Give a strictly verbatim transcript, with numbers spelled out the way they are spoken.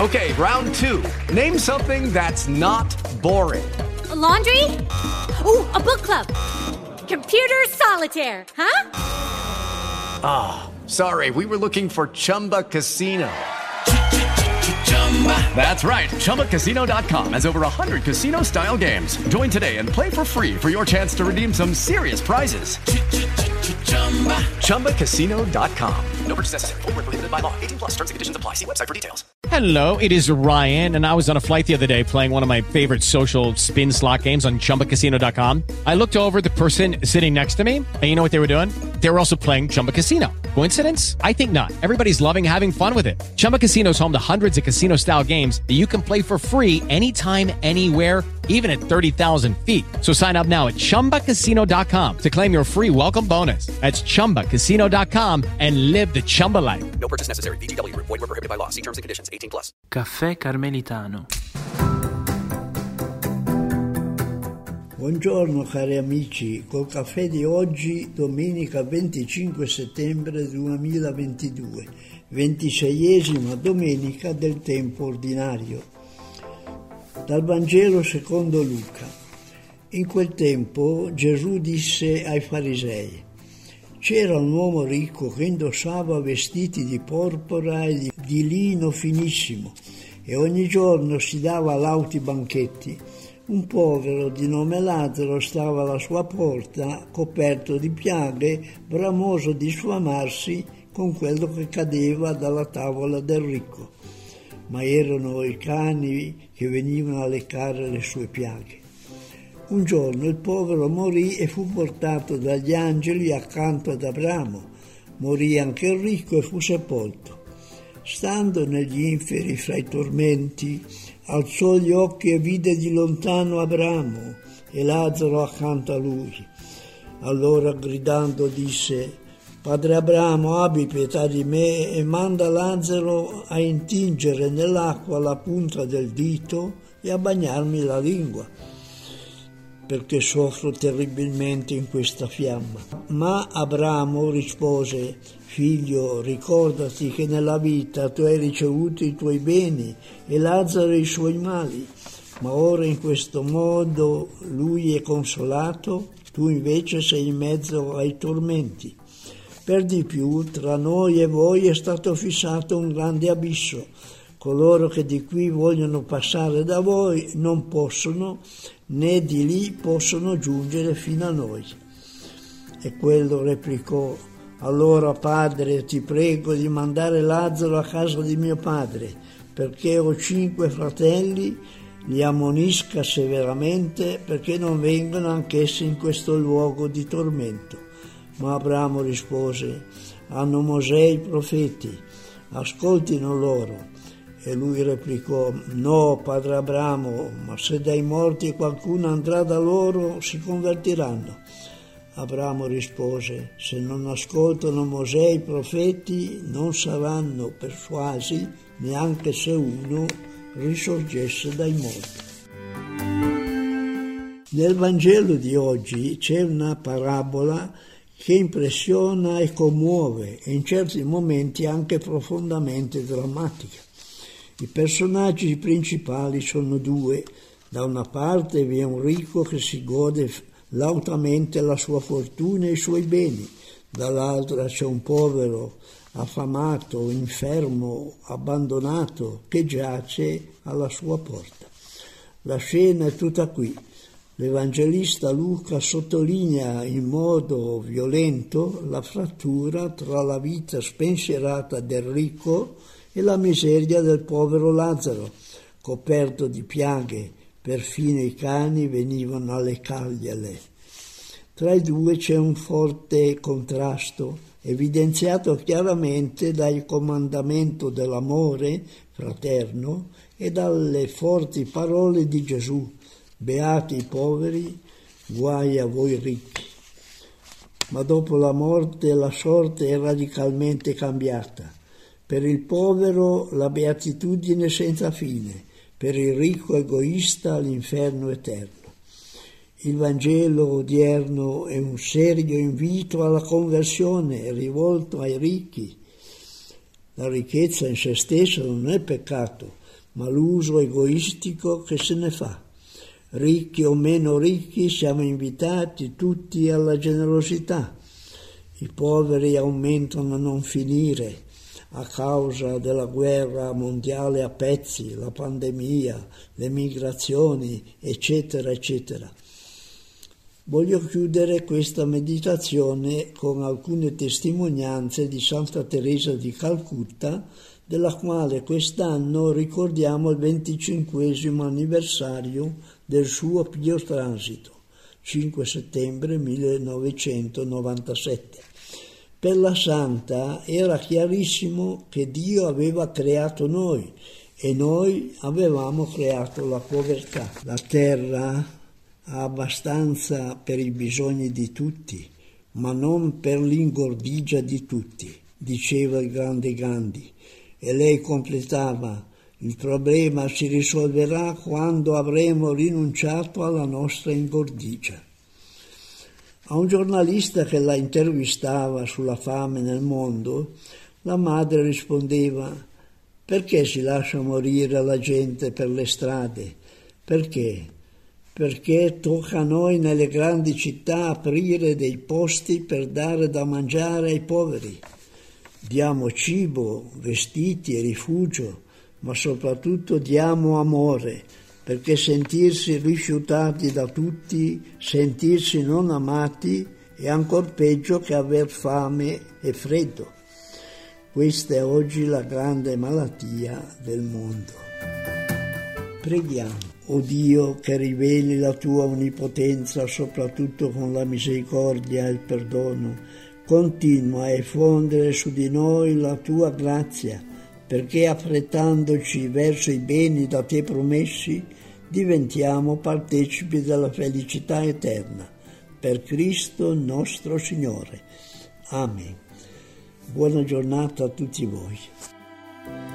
Okay, round two. Name something that's not boring. A laundry? Ooh, a book club. Computer solitaire, huh? Ah, oh, sorry, we were looking for Chumba Casino. That's right, Chumba Casino dot com has over one hundred casino-style games. Join today and play for free for your chance to redeem some serious prizes. Chumba Casino dot com. No purchase necessary. Void where prohibited by law. eighteen plus terms and conditions apply. See website for details. Hello, it is Ryan, and I was on a flight the other day playing one of my favorite social spin slot games on Chumba Casino dot com. I looked over at the person sitting next to me, and you know what they were doing? They were also playing Chumba Casino. Coincidence? I think not. Everybody's loving having fun with it. Chumba Casino is home to hundreds of casino-style games that you can play for free anytime, anywhere, even at thirty thousand feet. So sign up now at Chumba Casino dot com to claim your free welcome bonus. That's Chumba Casino dot com and live the Chumba life. No purchase necessary. V G W. Void where prohibited by law. See terms and conditions. eighteen plus. Caffè Carmelitano. Buongiorno cari amici, col caffè di oggi, domenica venticinque settembre duemilaventidue, ventiseiesima domenica del tempo ordinario. Dal Vangelo secondo Luca. In quel tempo Gesù disse ai farisei: c'era un uomo ricco che indossava vestiti di porpora e di, di lino finissimo e ogni giorno si dava lauti banchetti. Un povero di nome Lazzaro stava alla sua porta, coperto di piaghe, bramoso di sfamarsi con quello che cadeva dalla tavola del ricco. Ma erano i cani che venivano a leccare le sue piaghe. Un giorno il povero morì e fu portato dagli angeli accanto ad Abramo. Morì anche il ricco e fu sepolto. Stando negli inferi fra i tormenti, alzò gli occhi e vide di lontano Abramo e Lazzaro accanto a lui. Allora gridando disse: Padre Abramo, abbi pietà di me e manda Lazzaro a intingere nell'acqua la punta del dito e a bagnarmi la lingua, perché soffro terribilmente in questa fiamma. Ma Abramo rispose: Figlio, ricordati che nella vita tu hai ricevuto i tuoi beni e Lazzaro i suoi mali, ma ora in questo modo lui è consolato, tu invece sei in mezzo ai tormenti. Per di più, tra noi e voi è stato fissato un grande abisso. Coloro che di qui vogliono passare da voi non possono, né di lì possono giungere fino a noi. E quello replicò: Allora, padre, ti prego di mandare Lazzaro a casa di mio padre, perché ho cinque fratelli, li ammonisca severamente perché non vengano anch'essi in questo luogo di tormento. Ma Abramo rispose: hanno Mosè e i profeti, ascoltino loro. E lui replicò: no, padre Abramo, ma se dai morti qualcuno andrà da loro, si convertiranno. Abramo rispose: se non ascoltano Mosè e i profeti, non saranno persuasi neanche se uno risorgesse dai morti. Nel Vangelo di oggi c'è una parabola che impressiona e commuove e in certi momenti anche profondamente drammatica. I personaggi principali sono due. Da una parte vi è un ricco che si gode lautamente la sua fortuna e i suoi beni, dall'altra c'è un povero affamato, infermo, abbandonato che giace alla sua porta. La scena è tutta qui. L'Evangelista Luca sottolinea in modo violento la frattura tra la vita spensierata del ricco e la miseria del povero Lazzaro, coperto di piaghe, perfino i cani venivano a leccargliele. Tra i due c'è un forte contrasto, evidenziato chiaramente dal comandamento dell'amore fraterno e dalle forti parole di Gesù: beati i poveri, guai a voi ricchi. Ma dopo la morte la sorte è radicalmente cambiata. Per il povero la beatitudine senza fine, per il ricco egoista l'inferno eterno. Il Vangelo odierno è un serio invito alla conversione rivolto ai ricchi. La ricchezza in se stessa non è peccato, ma l'uso egoistico che se ne fa. Ricchi o meno ricchi siamo invitati tutti alla generosità. I poveri aumentano a non finire a causa della guerra mondiale a pezzi, la pandemia, le migrazioni, eccetera, eccetera. Voglio chiudere questa meditazione con alcune testimonianze di Santa Teresa di Calcutta, della quale quest'anno ricordiamo il venticinquesimo anniversario del suo Pio Transito, cinque settembre millenovecentonovantasette. Per la Santa era chiarissimo che Dio aveva creato noi e noi avevamo creato la povertà. La terra ha abbastanza per i bisogni di tutti, ma non per l'ingordigia di tutti, diceva il grande Gandhi. E lei completava: il problema si risolverà quando avremo rinunciato alla nostra ingordigia. A un giornalista che la intervistava sulla fame nel mondo, la madre rispondeva: perché si lascia morire la gente per le strade? Perché? Perché tocca a noi nelle grandi città aprire dei posti per dare da mangiare ai poveri. Diamo cibo, vestiti e rifugio, ma soprattutto diamo amore, perché sentirsi rifiutati da tutti, sentirsi non amati, è ancor peggio che aver fame e freddo. Questa è oggi la grande malattia del mondo. Preghiamo. O Dio, che riveli la tua onnipotenza soprattutto con la misericordia e il perdono, continua a effondere su di noi la tua grazia, perché affrettandoci verso i beni da te promessi, diventiamo partecipi della felicità eterna. Per Cristo nostro Signore. Amen. Buona giornata a tutti voi.